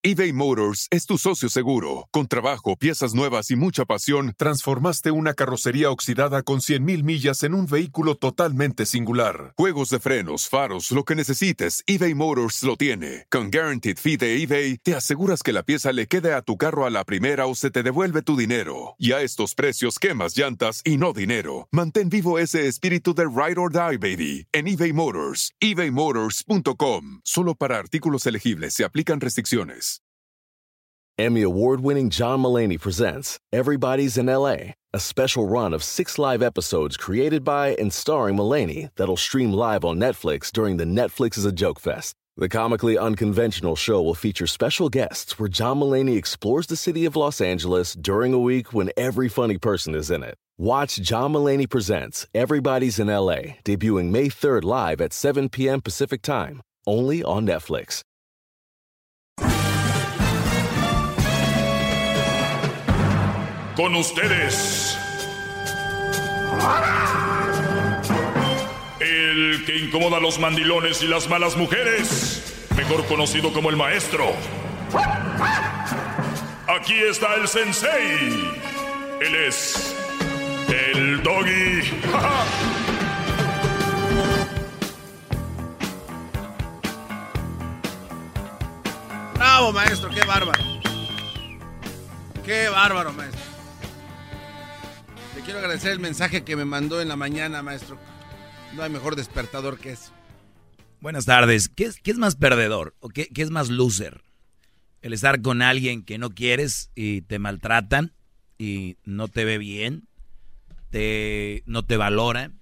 eBay Motors es tu socio seguro. Con trabajo, piezas nuevas y mucha pasión, transformaste una carrocería oxidada con 100,000 millas en un vehículo totalmente singular. Juegos de frenos, faros, lo que necesites, eBay Motors lo tiene. Con Guaranteed Fee de eBay, te aseguras que la pieza le quede a tu carro a la primera o se te devuelve tu dinero. Y a estos precios, quemas llantas y no dinero. Mantén vivo ese espíritu de Ride or Die, baby, en eBay Motors. ebaymotors.com. Solo para artículos elegibles se aplican restricciones. Emmy Award-winning John Mulaney presents Everybody's in L.A., a special run of 6 live episodes created by and starring Mulaney that'll stream live on Netflix during the Netflix is a Joke Fest. The comically unconventional show will feature special guests where John Mulaney explores the city of Los Angeles during a week when every funny person is in it. Watch John Mulaney Presents Everybody's in L.A., debuting May 3rd live at 7 p.m. Pacific Time, only on Netflix. Con ustedes, el que incomoda a los mandilones y las malas mujeres, mejor conocido como el maestro. Aquí está el sensei. Él es el Doggy. ¡Bravo, maestro! ¡Qué bárbaro! ¡Qué bárbaro, maestro! Le quiero agradecer el mensaje que me mandó en la mañana, maestro. No hay mejor despertador que eso. Buenas tardes. ¿Qué es más perdedor o qué es más loser? ¿El estar con alguien que no quieres y te maltratan y no te ve bien, no te valora?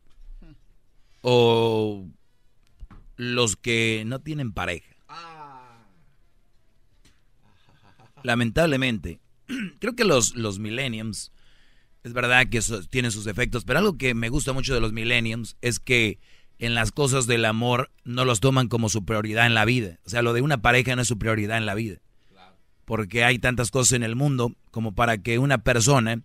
¿O los que no tienen pareja? Lamentablemente, creo que los millennials, es verdad que tienen sus defectos, pero algo que me gusta mucho de los millennials es que en las cosas del amor no los toman como su prioridad en la vida. O sea, lo de una pareja no es su prioridad en la vida. Porque hay tantas cosas en el mundo como para que una persona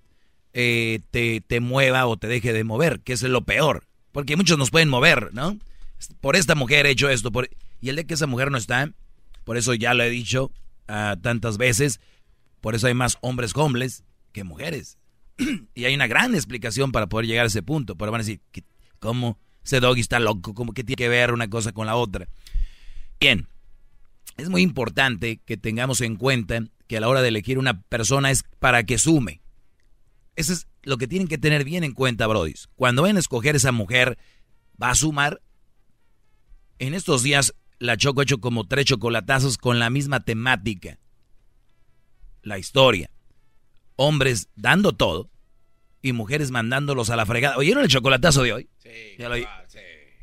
te mueva o te deje de mover, que es lo peor. Porque muchos nos pueden mover, ¿no? Por esta mujer he hecho esto. Y el de que esa mujer no está, por eso ya lo he dicho tantas veces, por eso hay más hombres homeless que mujeres. Y hay una gran explicación para poder llegar a ese punto. Pero van a decir, ¿cómo? Ese Doggy está loco, ¿cómo que tiene que ver una cosa con la otra? Bien, es muy importante que tengamos en cuenta que a la hora de elegir una persona es para que sume. Eso es lo que tienen que tener bien en cuenta, brodis. Cuando vayan a escoger esa mujer, ¿va a sumar? En estos días la Choco ha hecho como 3 chocolatazos con la misma temática. La historia. Hombres dando todo y mujeres mandándolos a la fregada. ¿Oyeron el chocolatazo de hoy? Sí, ya lo oí. Sí.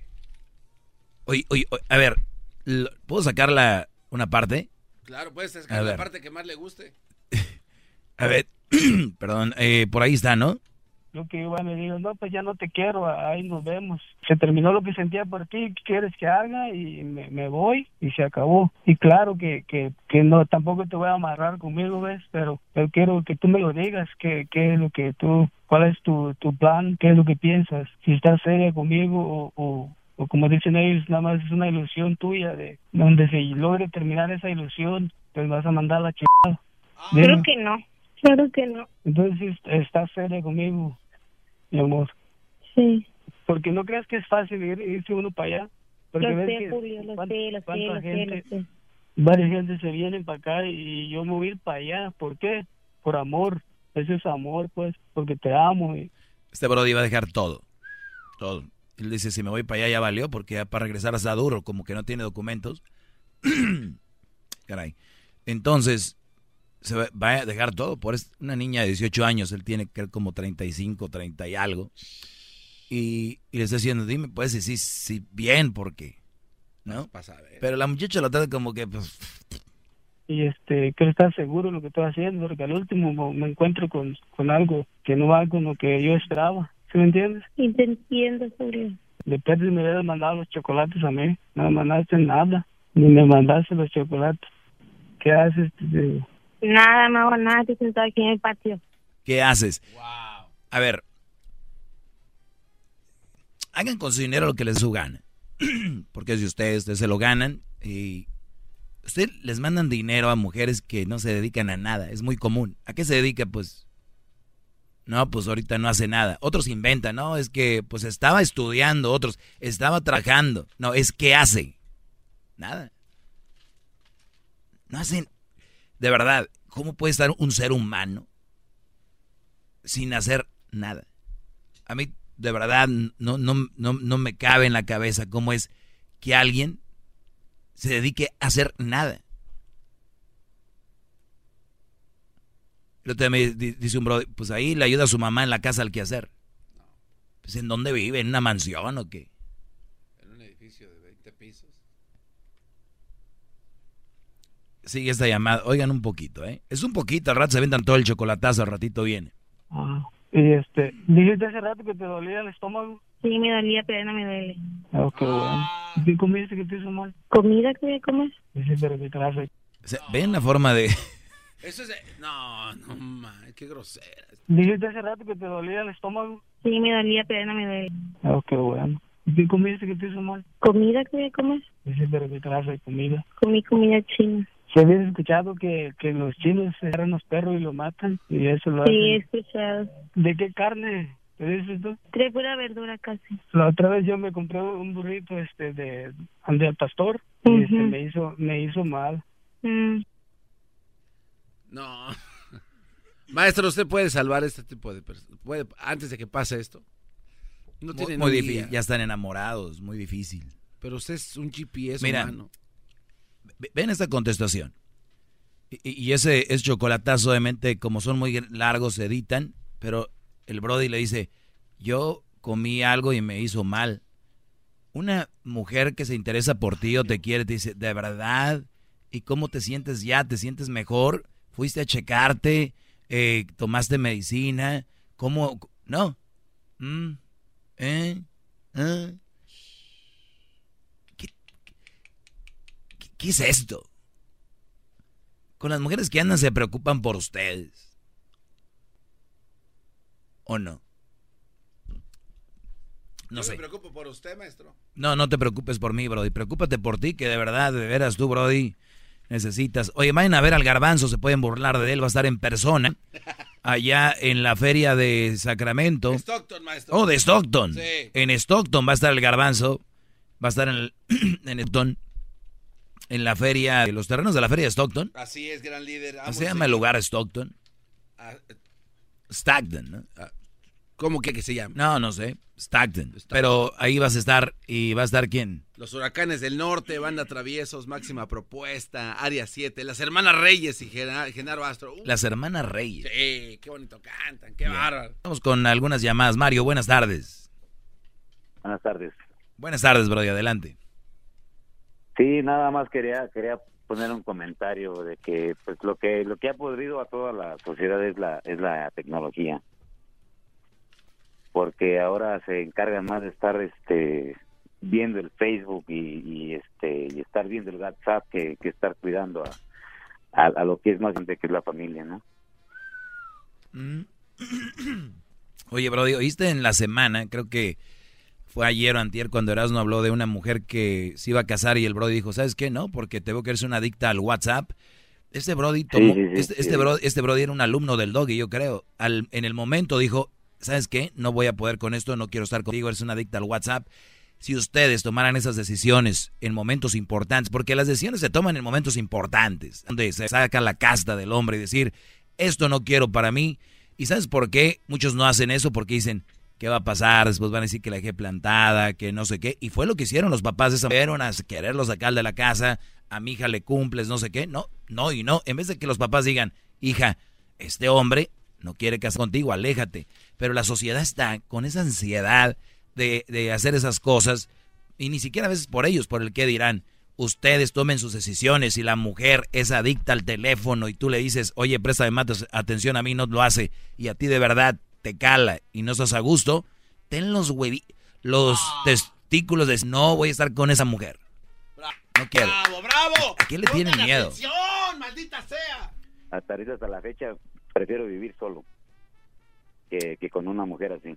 Oye, a ver, ¿puedo sacar una parte? Claro, puedes sacar la parte que más le guste. A ver, perdón, por ahí está, ¿no? Lo que igual me digo, no, pues ya no te quiero, ahí nos vemos. Se terminó lo que sentía por ti, ¿qué quieres que haga? Y me voy y se acabó. Y claro que no, tampoco te voy a amarrar conmigo, ¿ves? Pero quiero que tú me lo digas, qué es lo que cuál es tu plan, qué es lo que piensas. Si estás seria conmigo o como dicen ellos, nada más es una ilusión tuya, de donde se logre terminar esa ilusión, pues vas a mandar la chingada. Creo que no. Claro que no. Entonces, ¿estás seria conmigo, mi amor? Sí. Porque no creas que es fácil irse uno para allá. Porque Lo ves sé, que Julio, lo sé. Varias gente se vienen para acá y yo me voy a ir para allá. ¿Por qué? Por amor. Eso es amor, pues, porque te amo. Este brody va a dejar todo. Todo. Él dice, si me voy para allá ya valió, porque ya para regresar hasta duro, como que no tiene documentos. Caray. Entonces, se va a dejar todo. Por una niña de 18 años, él tiene que como 35, 30 y algo. Y le está diciendo, dime, puedes decir sí, bien, porque, ¿no? Pero la muchacha lo trata como que, pues... Y quiero estar seguro de lo que estoy haciendo, porque al último me encuentro con algo que no va con lo que yo esperaba. ¿Sí me entiendes? Y te entiendo, Julio. De perdí me hubieras mandado los chocolates a mí. No me mandaste nada, ni me mandaste los chocolates. ¿Qué haces? Nada, no hago nada, estoy sentado aquí en el patio. ¿Qué haces? Wow. A ver, hagan con su dinero lo que les dé su gana. Porque si ustedes se lo ganan y Usted les mandan dinero a mujeres que no se dedican a nada, es muy común. ¿A qué se dedica? Pues, no, pues ahorita no hace nada. Otros inventan, no, es que pues estaba estudiando, otros estaba trabajando. No, es que hace nada. No hacen, de verdad, ¿cómo puede estar un ser humano sin hacer nada? A mí, de verdad, no me cabe en la cabeza cómo es que alguien se dedique a hacer nada. El otro día me dice un bro, pues ahí le ayuda a su mamá en la casa al quehacer. Pues ¿en dónde vive? ¿En una mansión o qué? En un edificio de 20 pisos. Sigue esta llamada. Oigan un poquito, ¿eh? Es un poquito, al rato se aventan todo el chocolatazo, al ratito viene. Y dijiste hace rato que te dolía el estómago. Sí, me dolía, pero no me duele. Ok, bueno. ¿Y qué comiste que te hizo mal? ¿Comida que voy a comer? Dice, pero que traje. O sea, ¿ven la forma de...? Eso es... No, qué grosera. Dijiste hace rato que te dolía el estómago. Sí, me dolía, pero no me duele. Ok, bueno. ¿Y qué comiste que te hizo mal? ¿Comida que voy a comer? Dice, pero que traje comida. Comí comida china. ¿Se habías escuchado que los chinos agarran los perros y lo matan? Y eso lo hacen. Sí, he escuchado. ¿De qué carne te dices tú? Trae pura verdura casi. La otra vez yo me compré un burrito de al pastor y me hizo mal. No. Maestro, ¿usted puede salvar este tipo de personas? ¿Puede, antes de que pase esto? No tiene muy difícil, ya están enamorados, muy difícil. Pero usted es un GPS humano. Ven esta contestación. Y ese es chocolatazo, obviamente, como son muy largos, se editan, pero el Brody le dice, yo comí algo y me hizo mal. Una mujer que se interesa por ti o te quiere, te dice, ¿de verdad? ¿Y cómo te sientes ya? ¿Te sientes mejor? ¿Fuiste a checarte? ¿Tomaste medicina? ¿Cómo? No. ¿Qué es esto? Con las mujeres que andan se preocupan por ustedes. ¿O no? No sé. Me preocupo por usted, maestro. No te preocupes por mí, Brody. Preocúpate por ti, que de verdad, de veras tú, Brody, necesitas. Oye, vayan a ver al Garbanzo, se pueden burlar de él, va a estar en persona, allá en la feria de Sacramento. De Stockton, maestro. Oh, de Stockton. Sí. En Stockton va a estar el Garbanzo, va a estar en Stockton, en la feria, en los terrenos de la feria de Stockton. Así es, gran líder. ¿Se llama el lugar Stockton? Stockton, ¿no? ¿Cómo que se llama? No sé, Stockton. Pero ahí vas a estar, ¿y va a estar quién? Los Huracanes del Norte, Banda Traviesos, Máxima Propuesta, Área 7, las Hermanas Reyes y Genaro Astro. Las Hermanas Reyes. Sí, qué bonito cantan, qué bárbaro. Vamos con algunas llamadas. Mario, buenas tardes. Buenas tardes. Buenas tardes, Brody, adelante. Sí, nada más quería poner un comentario de que pues lo que ha podrido a toda la sociedad es la tecnología. Porque ahora se encargan más de estar viendo el Facebook y estar viendo el WhatsApp que estar cuidando a lo que es más importante, que es la familia, ¿no? Oye, Brody, ¿oíste en la semana? Creo que fue ayer o antier cuando Erasmo habló de una mujer que se iba a casar y el Brody dijo, ¿sabes qué? No, porque te veo que eres una adicta al WhatsApp. Este Brody tomó, este Brody era un alumno del Doggy, yo creo. En el momento dijo, ¿sabes qué? No voy a poder con esto, no quiero estar contigo, eres una adicta al WhatsApp. Si ustedes tomaran esas decisiones en momentos importantes, porque las decisiones se toman en momentos importantes, donde se saca la casta del hombre y decir, esto no quiero para mí. ¿Y sabes por qué? Muchos no hacen eso porque dicen, ¿qué va a pasar? Después van a decir que la dejé plantada, que no sé qué. Y fue lo que hicieron los papás de esa mujer, a quererlo sacar de la casa, a mi hija le cumples, no sé qué. No. En vez de que los papás digan, hija, este hombre no quiere casar contigo, aléjate. Pero la sociedad está con esa ansiedad de hacer esas cosas, y ni siquiera a veces por ellos, por el que dirán. Ustedes tomen sus decisiones. Si la mujer es adicta al teléfono y tú le dices, oye, préstame más atención a mí, no lo hace, y a ti de verdad te cala y no estás a gusto, ten los testículos de no voy a estar con esa mujer. No quiero. ¡Bravo! ¿A quién le tienen miedo? ¡Atención, maldita sea! Hasta la fecha prefiero vivir solo que con una mujer así.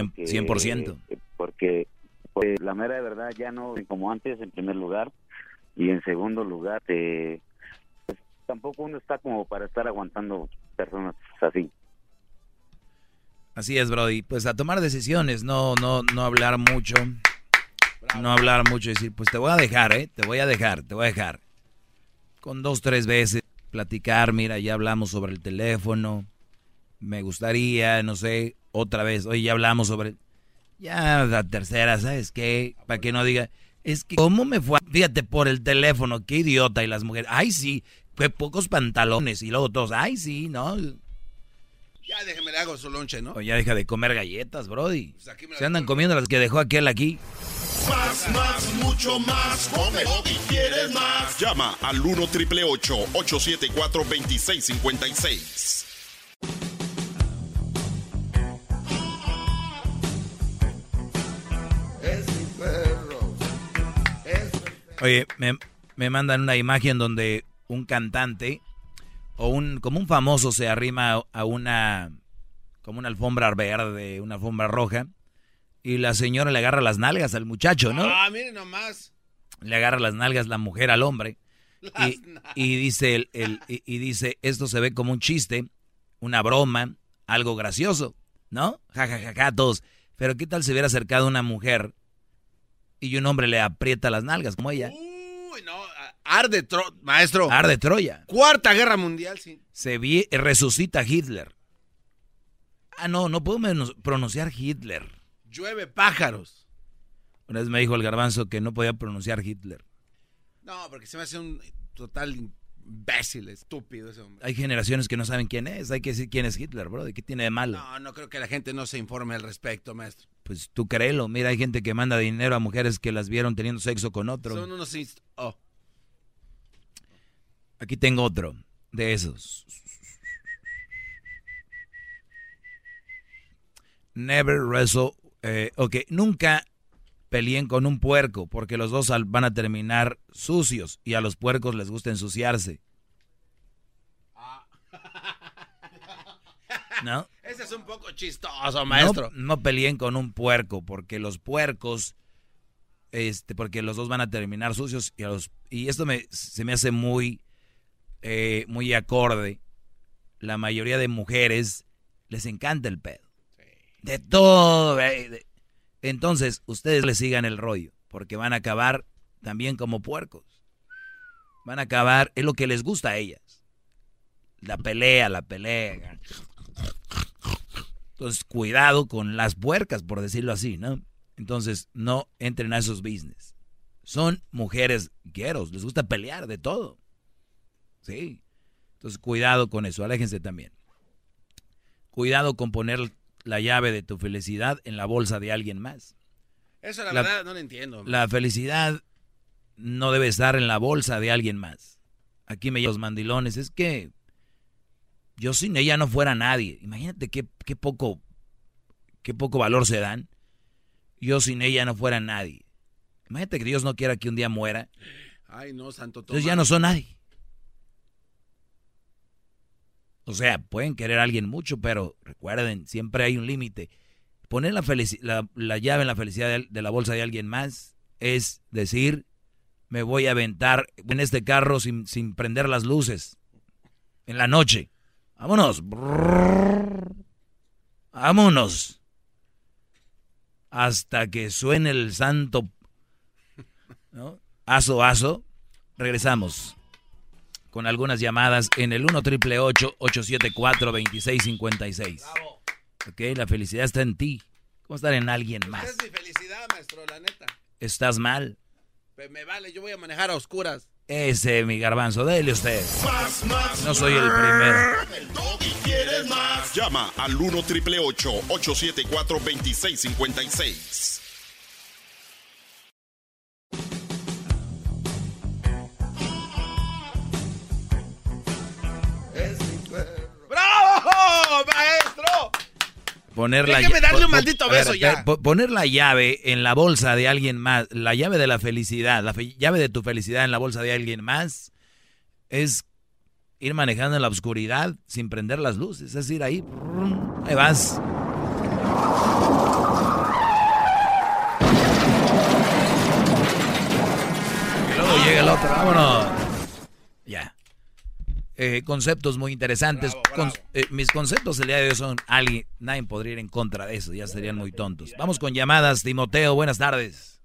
100%. Porque la mera de verdad ya no como antes, en primer lugar. y en segundo lugar, pues, tampoco uno está como para estar aguantando personas así. Así es, Brody. Pues a tomar decisiones, no hablar mucho. Bravo. No hablar mucho y decir, pues te voy a dejar, te voy a dejar. Con 2, 3 veces platicar, mira, ya hablamos sobre el teléfono. Me gustaría, no sé, otra vez. Oye, ya hablamos sobre... Ya la tercera, ¿sabes qué? Para que no diga... Es que, ¿cómo me fue? Fíjate, por el teléfono, qué idiota. Y las mujeres, ay, sí, fue pocos pantalones. Y luego todos, ay, sí, ¿no? Ya déjeme, le hago su lonche, ¿no? O ya deja de comer galletas, Brody. Pues se andan comiendo las que dejó aquel aquí. Más, mucho más. Con el Doggy quieres más. Llama al 1-888-874-2656. Es mi perro. Oye, me mandan una imagen donde un cantante o como un famoso se arrima a como una alfombra verde, una alfombra roja, y la señora le agarra las nalgas al muchacho, ¿no? Ah, miren nomás. Le agarra las nalgas la mujer al hombre. Y dice y dice, esto se ve como un chiste, una broma, algo gracioso, ¿no? Ja, ja, ja, ja, todos. Pero ¿qué tal si hubiera acercado una mujer y un hombre le aprieta las nalgas como ella? Uy, no, maestro. Arde Troya. Cuarta Guerra Mundial, sí. Resucita Hitler. Ah, no puedo pronunciar Hitler. Llueve pájaros. Una vez me dijo el Garbanzo que no podía pronunciar Hitler. No, porque se me hace un total imbécil, estúpido ese hombre. Hay generaciones que no saben quién es. Hay que decir quién es Hitler, bro. ¿Qué tiene de malo? No creo que la gente no se informe al respecto, maestro. Pues tú créelo. Mira, hay gente que manda dinero a mujeres que las vieron teniendo sexo con otro. Son unos... Aquí tengo otro de esos. Never wrestle. Nunca peleen con un puerco porque los dos van a terminar sucios y a los puercos les gusta ensuciarse. ¿No? Ese es un poco chistoso, maestro. No peleen con un puerco porque los puercos, porque los dos van a terminar sucios y esto se me hace muy acorde. La mayoría de mujeres les encanta el pedo. De todo. Entonces, ustedes le sigan el rollo, porque van a acabar también como puercos. Van a acabar, es lo que les gusta a ellas. La pelea. Entonces, cuidado con las puercas, por decirlo así, ¿no? Entonces, no entren a esos business. Son mujeres gueros, les gusta pelear de todo. Sí. Entonces, cuidado con eso, aléjense también. Cuidado con poner la llave de tu felicidad en la bolsa de alguien más. Eso la verdad no lo entiendo. La felicidad no debe estar en la bolsa de alguien más. Aquí me llevan los mandilones. Es que yo sin ella no fuera nadie. Imagínate qué poco valor se dan. Yo sin ella no fuera nadie. Imagínate que Dios no quiera que un día muera. Ay, no, santo Tomás. Entonces ya no son nadie. O sea, pueden querer a alguien mucho, pero recuerden, siempre hay un límite. Poner la llave en la felicidad de la bolsa de alguien más es decir, me voy a aventar en este carro sin prender las luces en la noche. Vámonos. Vámonos. Hasta que suene el santo, ¿no? Aso. Regresamos con algunas llamadas en el 1-888-874-2656. Bravo. Ok, la felicidad está en ti. ¿Cómo estar en alguien más? Esa es mi felicidad, maestro, la neta. ¿Estás mal? Pues me vale, yo voy a manejar a oscuras. Ese, mi Garbanzo, dele usted. Más, no soy el primero. El Doggy quieres más. Llama al 1-888-874-2656. ¡Bravo, maestro! Déjeme darle un maldito beso ya. Poner la llave en la bolsa de alguien más, la llave de la felicidad, llave de tu felicidad en la bolsa de alguien más, es ir manejando en la oscuridad sin prender las luces. Es ir ahí vas. Y luego llega el otro, vámonos. Ya. Conceptos muy interesantes. Bravo. Mis conceptos el día de hoy son nadie podría ir en contra de eso, ya serían muy tontos. Vamos con llamadas. Timoteo, buenas tardes.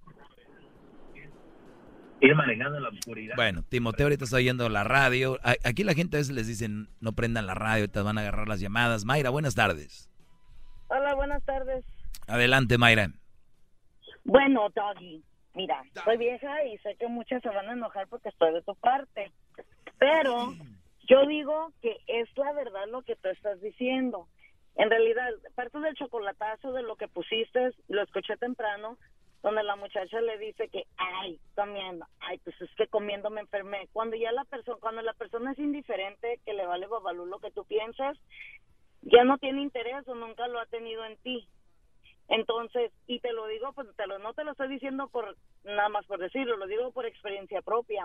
Ir manejando en la oscuridad. Bueno, Timoteo ahorita está oyendo la radio. Aquí la gente a veces les dicen no prendan la radio, ahorita van a agarrar las llamadas. Mayra, buenas tardes. Hola, buenas tardes. Adelante, Mayra. Bueno, Doggy, mira, soy vieja y sé que muchas se van a enojar porque estoy de tu parte, pero yo digo que es la verdad lo que tú estás diciendo. En realidad, parte del chocolatazo de lo que pusiste, lo escuché temprano, donde la muchacha le dice que, ay, comiendo, ay, pues es que comiendo me enfermé. Cuando la persona es indiferente, que le vale babalú lo que tú piensas, ya no tiene interés o nunca lo ha tenido en ti. Entonces, y te lo digo, pues no te lo estoy diciendo por nada más por decirlo, lo digo por experiencia propia.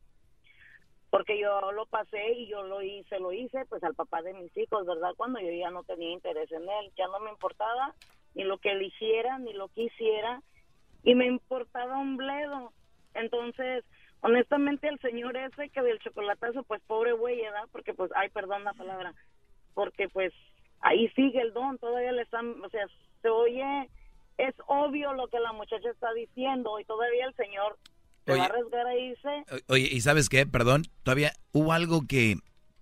Porque yo lo pasé y yo lo hice pues al papá de mis hijos, ¿verdad? Cuando yo ya no tenía interés en él, ya no me importaba ni lo que eligiera, ni lo que hiciera, y me importaba un bledo. Entonces, honestamente, el señor ese que del chocolatazo, pues pobre güey, ¿verdad? Porque pues, ay, perdón la palabra, porque pues ahí sigue el don, todavía le están, o sea, se oye, es obvio lo que la muchacha está diciendo y todavía el señor se va a arriesgar a irse. Oye, ¿y sabes qué? Perdón, todavía hubo algo que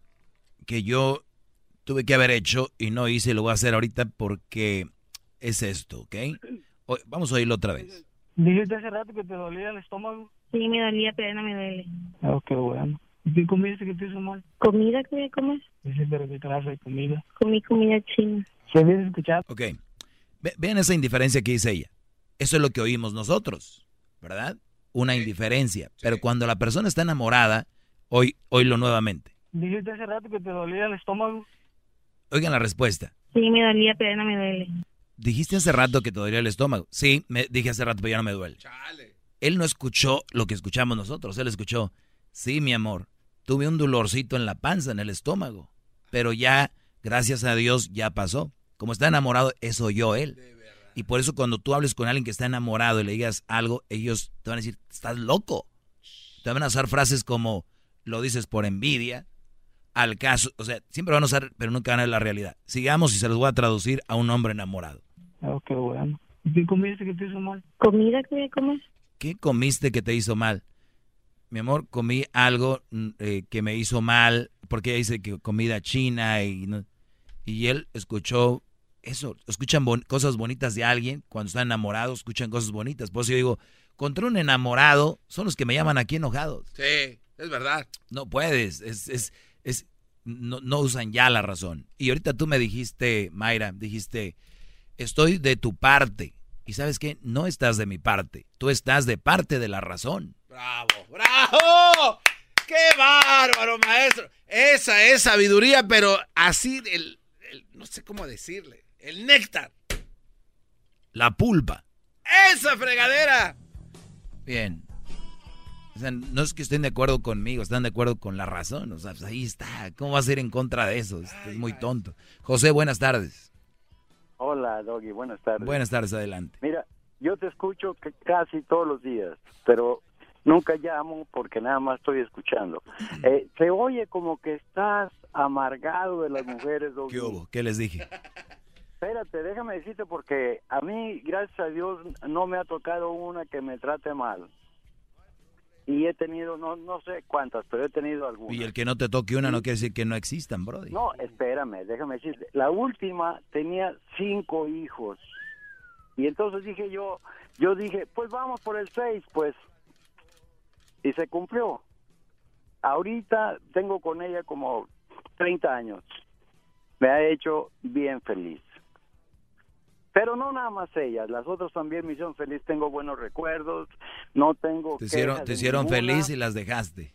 yo tuve que haber hecho y no hice y lo voy a hacer ahorita porque es esto, ¿ok? Vamos a oírlo otra vez. Dijiste hace rato que te dolía el estómago. Sí, me dolía, pero no me duele. Oh, qué bueno. ¿Y qué comiste que te hizo mal? ¿Comida que voy a comer? Dice, pero qué clase de comida. Comí comida china. ¿Se habías escuchado? Ok, vean esa indiferencia que dice ella. Eso es lo que oímos nosotros, ¿verdad? Una indiferencia. Pero cuando la persona está enamorada, oílo nuevamente. Dijiste hace rato que te dolía el estómago. Oigan la respuesta. Sí, me dolía, pero no me duele. Dijiste hace rato que te dolía el estómago. Sí, dije hace rato, pero ya no me duele. Chale. Él no escuchó lo que escuchamos nosotros. Él escuchó, sí, mi amor, tuve un dolorcito en la panza, en el estómago. Pero ya, gracias a Dios, ya pasó. Como está enamorado, eso oyó él. Y por eso cuando tú hables con alguien que está enamorado y le digas algo, ellos te van a decir, estás loco. Te van a usar frases como, lo dices por envidia, al caso, o sea, siempre van a usar, pero nunca van a ver la realidad. Sigamos y se los voy a traducir a un hombre enamorado. Oh, qué bueno. ¿Y qué comiste que te hizo mal? ¿Comida que voy a comer? ¿Qué comiste que te hizo mal? Mi amor, comí algo que me hizo mal, porque ella dice que comida china y él escuchó eso. Escuchan cosas bonitas de alguien, cuando están enamorados, escuchan cosas bonitas. Por eso yo digo, contra un enamorado son los que me llaman aquí enojados. Sí, es verdad. No puedes, no usan ya la razón. Y ahorita tú me dijiste, Mayra, dijiste, estoy de tu parte. Y ¿sabes qué? No estás de mi parte. Tú estás de parte de la razón. ¡Bravo! ¡Bravo! ¡Qué bárbaro, maestro! Esa es sabiduría, pero así, no sé cómo decirle. El néctar. La pulpa. ¡Esa fregadera! Bien. O sea, no es que estén de acuerdo conmigo, están de acuerdo con la razón. O sea, pues ahí está. ¿Cómo va a ser en contra de eso? Es muy tonto. José, buenas tardes. Hola, Doggy, buenas tardes. Buenas tardes, adelante. Mira, yo te escucho casi todos los días, pero nunca llamo porque nada más estoy escuchando. Se oye como que estás amargado de las mujeres, Doggy. ¿Qué hubo? ¿Qué les dije? Espérate, déjame decirte porque a mí, gracias a Dios, no me ha tocado una que me trate mal. Y he tenido, no sé cuántas, pero he tenido algunas. Y el que no te toque una no quiere decir que no existan, brody. No, espérame, déjame decirte. La última tenía 5 hijos. Y entonces dije yo dije, pues vamos por el 6, pues. Y se cumplió. Ahorita tengo con ella como 30 años. Me ha hecho bien feliz. Pero no nada más ellas, las otras también me hicieron feliz, tengo buenos recuerdos, no tengo... Te hicieron feliz y las dejaste.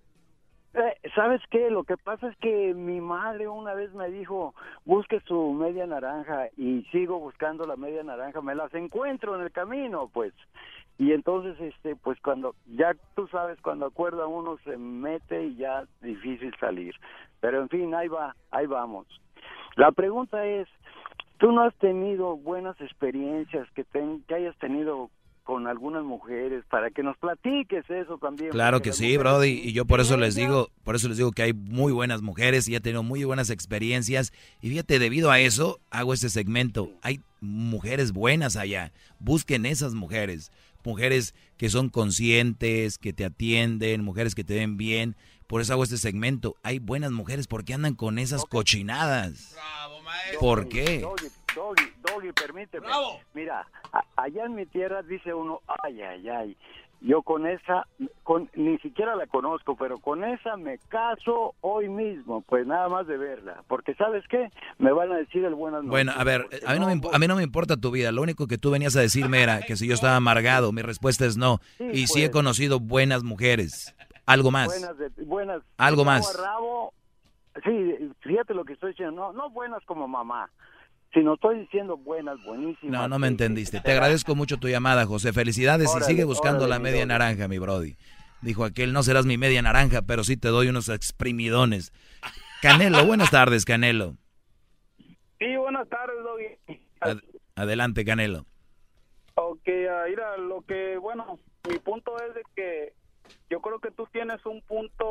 ¿Sabes qué? Lo que pasa es que mi madre una vez me dijo, busque su media naranja, y sigo buscando la media naranja, me las encuentro en el camino, pues. Y entonces, pues cuando, ya tú sabes, cuando acuerda uno se mete y ya difícil salir. Pero en fin, ahí vamos. La pregunta es, ¿tú no has tenido buenas experiencias que hayas tenido con algunas mujeres para que nos platiques eso también. Claro que sí, Brody, y yo por eso les digo que hay muy buenas mujeres y he tenido muy buenas experiencias y fíjate, debido a eso hago este segmento. Hay mujeres buenas allá, busquen esas mujeres que son conscientes, que te atienden, mujeres que te ven bien. Por eso hago este segmento. Hay buenas mujeres, ¿por qué andan con esas cochinadas? Bravo, maestro. ¿Por qué? Doggy, permíteme. Bravo. Mira, allá en mi tierra dice uno, ay, yo con esa, ni siquiera la conozco, pero con esa me caso hoy mismo, pues nada más de verla, porque ¿sabes qué? Me van a decir el buenas noches. Bueno, a ver, a mí no me importa tu vida, lo único que tú venías a decirme era que si yo estaba amargado, mi respuesta es no, Sí, y sí pues. he conocido buenas mujeres. Algo más. Buenas. Algo Cabo más. a rabo. Sí, fíjate lo que estoy diciendo, no buenas como mamá, sino estoy diciendo buenas, buenísimas. No me entendiste. Te agradezco mucho tu llamada, José. Felicidades y Órale, sigue buscando órale, la mi media Brody. naranja, mi Brody. Dijo aquel, no serás mi media naranja, pero sí te doy unos exprimidones. Canelo, buenas tardes, Canelo. Sí, buenas tardes, Doggy. Adelante, Canelo. Ok, mira, mi punto es de que yo creo que tú tienes un punto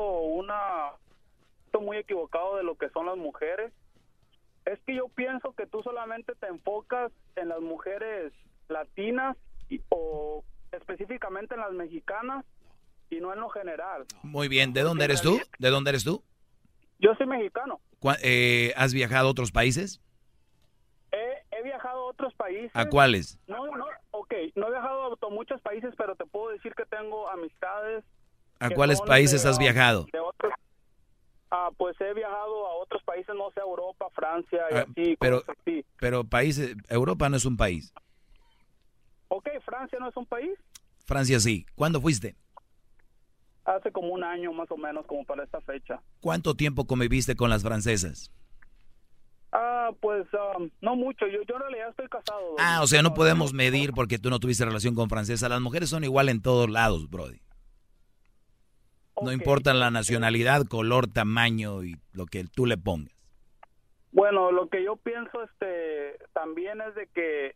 muy equivocado de lo que son las mujeres. Es que yo pienso que tú solamente te enfocas en las mujeres latinas o específicamente en las mexicanas y no en lo general. Muy bien, ¿de dónde eres tú? ¿De dónde eres tú? Yo soy mexicano. ¿Has viajado a otros países? He viajado a otros países. ¿A cuáles? No he viajado a muchos países, pero te puedo decir que tengo amistades. ¿A que cuáles son países de, has viajado? de otros, pues he viajado a otros países, no sé, Europa, Francia y así. Pero, cosas así. pero países, Europa no es un país. Ok, Francia no es un país. Francia sí. ¿Cuándo fuiste? Hace como un año más o menos, como para esta fecha. ¿Cuánto tiempo conviviste con las francesas? Pues no mucho, yo en realidad estoy casado. O sea, no podemos medir porque tú no tuviste relación con francesa. Las mujeres son igual en todos lados, Brody. No importa la nacionalidad, color, tamaño y lo que tú le pongas. Bueno, lo que yo pienso también es de que,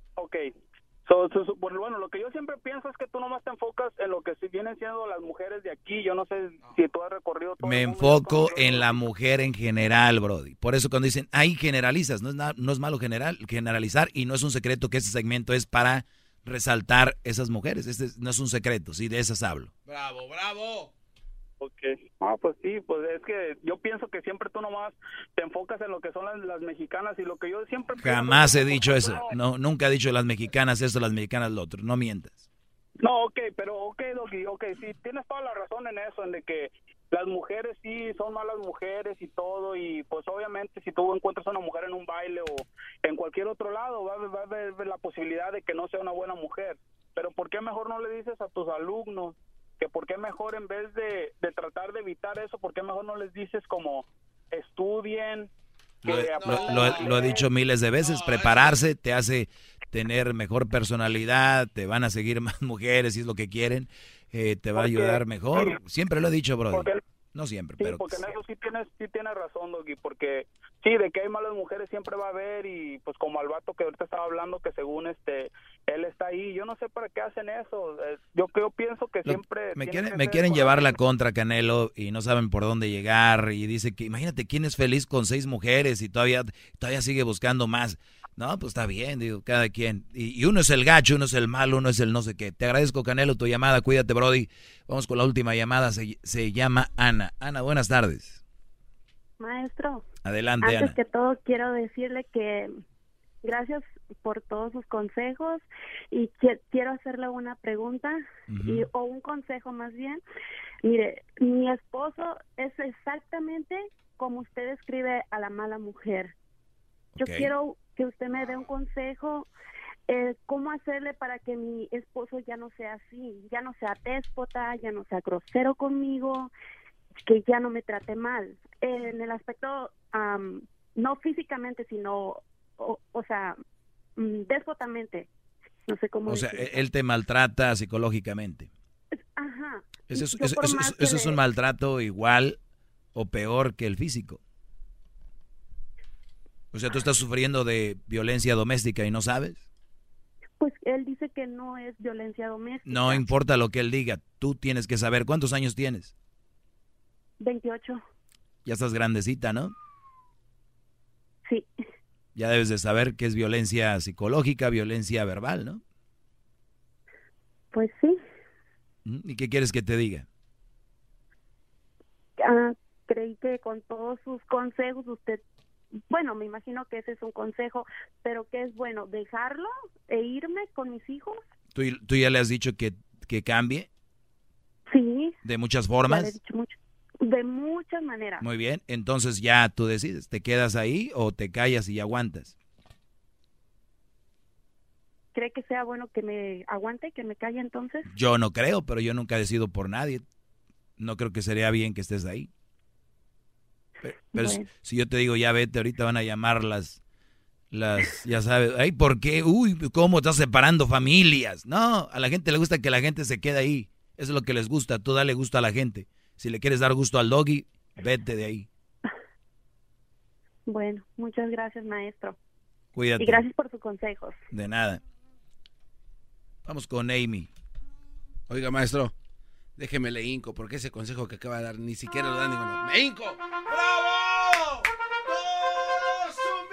bueno, lo que yo siempre pienso es que tú nomás te enfocas en lo que vienen siendo las mujeres de aquí. Yo no sé si tú has recorrido todo. Me enfoco en la mujer en general, Brody. Por eso cuando dicen, ahí generalizas, no es malo generalizar y no es un secreto que este segmento es para resaltar esas mujeres. No es un secreto, sí, de esas hablo. Bravo, bravo. Okay. Pues sí, pues es que yo pienso que siempre tú nomás te enfocas en lo que son las mexicanas y lo que yo siempre... Jamás he dicho eso. No, nunca he dicho las mexicanas esto, las mexicanas lo otro. No mientas. No, Doggy, sí, tienes toda la razón en eso, en de que las mujeres sí son malas mujeres y todo, y pues obviamente si tú encuentras a una mujer en un baile o en cualquier otro lado, va a haber la posibilidad de que no sea una buena mujer. Pero ¿por qué mejor no le dices a tus alumnos que por qué mejor en vez de tratar de evitar eso, por qué mejor no les dices como estudien? Lo he dicho miles de veces, prepararse te hace tener mejor personalidad, te van a seguir más mujeres si es lo que quieren, te va a ayudar mejor. Siempre lo he dicho, Brody. No siempre, sí, pero... porque en eso sí tienes razón, Doggy, porque sí, de que hay malas mujeres siempre va a haber, y pues como al vato que ahorita estaba hablando, que según él está ahí, yo no sé para qué hacen eso. Yo pienso que siempre... Me quieren llevar la contra, Canelo, y no saben por dónde llegar, y dice que imagínate quién es feliz con 6 mujeres y todavía sigue buscando más. No, pues está bien, digo, cada quien. Y uno es el gacho, uno es el malo, uno es el no sé qué. Te agradezco, Canelo, tu llamada. Cuídate, Brody. Vamos con la última llamada. Se llama Ana. Ana, buenas tardes. Maestro. Adelante, Antes Ana. que todo, quiero decirle que gracias por todos sus consejos y quiero hacerle una pregunta o un consejo más bien. Mire, mi esposo es exactamente como usted describe a la mala mujer. Yo quiero que usted me dé un consejo, cómo hacerle para que mi esposo ya no sea así, ya no sea déspota, ya no sea grosero conmigo, que ya no me trate mal. En el aspecto, no físicamente, sino, o sea, déspotamente. No sé cómo decirlo. O sea, él te maltrata psicológicamente. Ajá. Eso es un maltrato igual o peor que el físico. O sea, tú estás sufriendo de violencia doméstica y no sabes. Pues él dice que no es violencia doméstica. No importa lo que él diga, tú tienes que saber. ¿Cuántos años tienes? 28. Ya estás grandecita, ¿no? Sí. Ya debes de saber que es violencia psicológica, violencia verbal, ¿no? Pues sí. ¿Y qué quieres que te diga? Creí que con todos sus consejos usted, bueno, me imagino que ese es un consejo, pero que es bueno dejarlo e irme con mis hijos. ¿Tú ya le has dicho que cambie? Sí. ¿De muchas Ya formas? le he dicho mucho. De muchas maneras. Muy bien, entonces ya tú decides, ¿te quedas ahí o te callas y aguantas? ¿Cree que sea bueno que me aguante, que me calle entonces? Yo no creo, pero yo nunca decido por nadie. No creo que sería bien que estés ahí. Pero Bueno. si yo te digo, ya vete, ahorita van a llamar las, ya sabes, ay, ¿por qué? Uy, ¿cómo estás separando familias? No, a la gente le gusta que la gente se quede ahí. Eso es lo que les gusta, tú dale gusto a la gente. Si le quieres dar gusto al doggy, vete de ahí. Bueno, muchas gracias, maestro. Cuídate. Y gracias por sus consejos. De nada. Vamos con Amy. Oiga, maestro, déjeme le hinco, porque ese consejo que acaba de dar ni siquiera lo da ninguno. ¡Me hinco! ¡Bravo! ¡Todos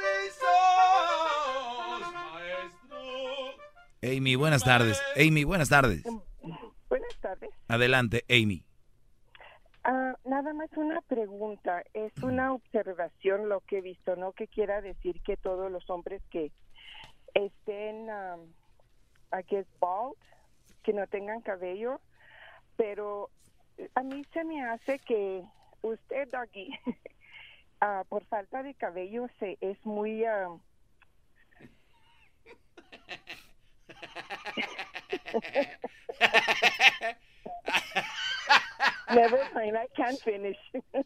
sumisos, maestro! Amy, buenas tardes. Amy, buenas tardes. Buenas tardes. Adelante, Amy. Nada más una pregunta, es una observación lo que he visto, no que quiera decir que todos los hombres que estén, bald, que no tengan cabello, pero a mí se me hace que usted, Doggy, por falta de cabello es muy... Never mind, I can't finish.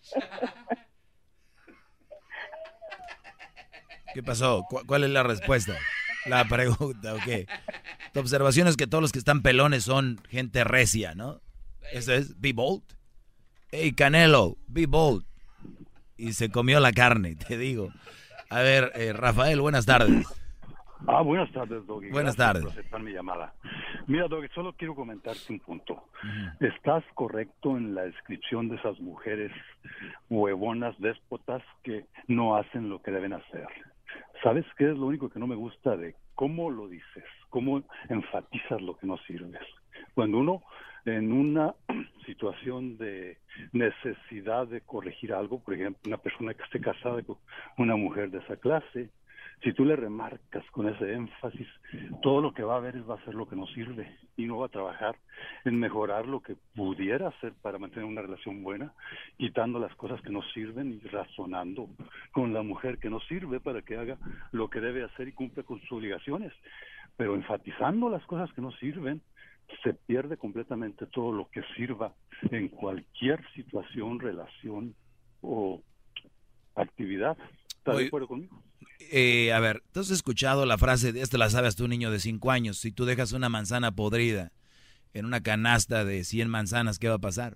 ¿Qué pasó? ¿Cuál es la respuesta? La pregunta, ok. Tu observación es que todos los que están pelones son gente recia, ¿no? Eso es, be bold. Hey, Canelo, be bold. Y se comió la carne, te digo. A ver, Rafael, buenas tardes. Buenas tardes, Doggy. Buenas Gracias tardes. por aceptar mi llamada. Mira, Doggy, solo quiero comentarte un punto. Estás correcto en la descripción de esas mujeres huevonas, déspotas, que no hacen lo que deben hacer. ¿Sabes qué es lo único que no me gusta de cómo lo dices? ¿Cómo enfatizas lo que no sirves? Cuando uno, en una situación de necesidad de corregir algo, por ejemplo, una persona que esté casada con una mujer de esa clase, si tú le remarcas con ese énfasis, todo lo que va a ver va a ser lo que no sirve y no va a trabajar en mejorar lo que pudiera hacer para mantener una relación buena, quitando las cosas que no sirven y razonando con la mujer que no sirve para que haga lo que debe hacer y cumpla con sus obligaciones. Pero enfatizando las cosas que no sirven, se pierde completamente todo lo que sirva en cualquier situación, relación o actividad. ¿Estás de acuerdo conmigo? A ver, ¿tú has escuchado la frase, de esto la sabes tú, niño de 5 años, si tú dejas una manzana podrida en una canasta de 100 manzanas, ¿qué va a pasar?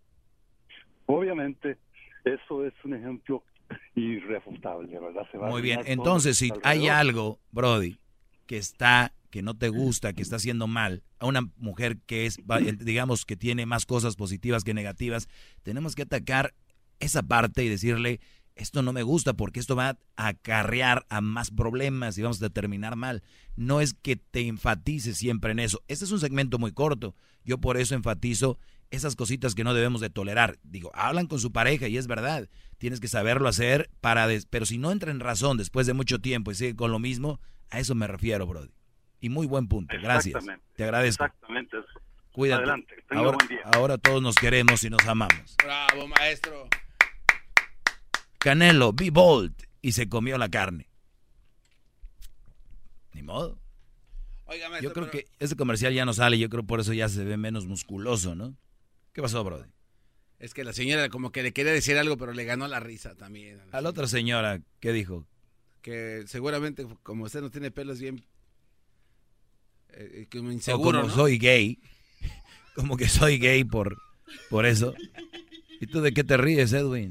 Obviamente, eso es un ejemplo irrefutable, ¿verdad? Se va Muy a bien, arruinar entonces todo si alrededor. hay algo, Brody, que no te gusta, que está haciendo mal, a una mujer que es, digamos, que tiene más cosas positivas que negativas, tenemos que atacar esa parte y decirle, esto no me gusta porque esto va a acarrear a más problemas y vamos a terminar mal. No es que te enfatices siempre en eso. Este es un segmento muy corto. Yo por eso enfatizo esas cositas que no debemos de tolerar. Digo, hablan con su pareja y es verdad. Tienes que saberlo hacer pero si no entra en razón después de mucho tiempo y sigue con lo mismo, a eso me refiero, Brody. Y muy buen punto. Gracias. Te agradezco. Exactamente eso. Cuídate. Adelante. Tenga Ahora, buen día. ahora todos nos queremos y nos amamos. Bravo, maestro. Canelo, be bold. Y se comió la carne. Ni modo. Oiga, maestro, yo creo que ese comercial ya no sale. Yo creo por eso ya se ve menos musculoso, ¿no? ¿Qué pasó, Brody? Es que la señora como que le quería decir algo, pero le ganó la risa también. A la otra señora, ¿qué dijo? Que seguramente, como usted no tiene pelos bien... como inseguro, o como ¿no? soy gay. Como que soy gay por eso. ¿Y tú de qué te ríes, Edwin?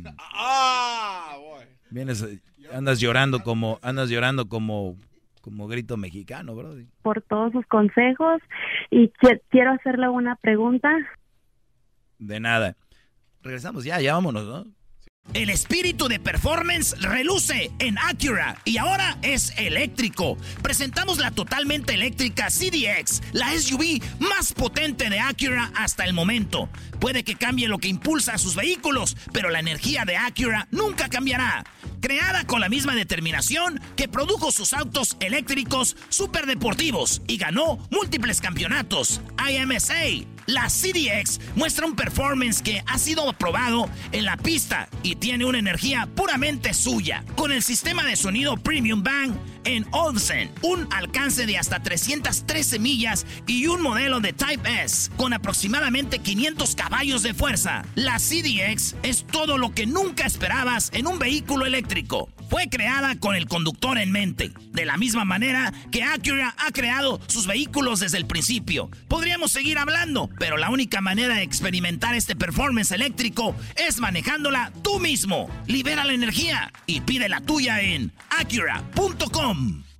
como grito mexicano, brody. Por todos sus consejos y quiero hacerle una pregunta. De nada. Regresamos ya vámonos, ¿no? El espíritu de performance reluce en Acura y ahora es eléctrico. Presentamos la totalmente eléctrica CDX, la SUV más potente de Acura hasta el momento. Puede que cambie lo que impulsa a sus vehículos, pero la energía de Acura nunca cambiará. Creada con la misma determinación que produjo sus autos eléctricos superdeportivos y ganó múltiples campeonatos. IMSA. La CDX muestra un performance que ha sido aprobado en la pista y tiene una energía puramente suya. Con el sistema de sonido Premium Bang en Olsen, un alcance de hasta 313 millas y un modelo de Type S con aproximadamente 500 caballos de fuerza. La CDX es todo lo que nunca esperabas en un vehículo eléctrico. Fue creada con el conductor en mente, de la misma manera que Acura ha creado sus vehículos desde el principio. Podríamos seguir hablando, pero la única manera de experimentar este performance eléctrico es manejándola tú mismo. Libera la energía y pide la tuya en Acura.com.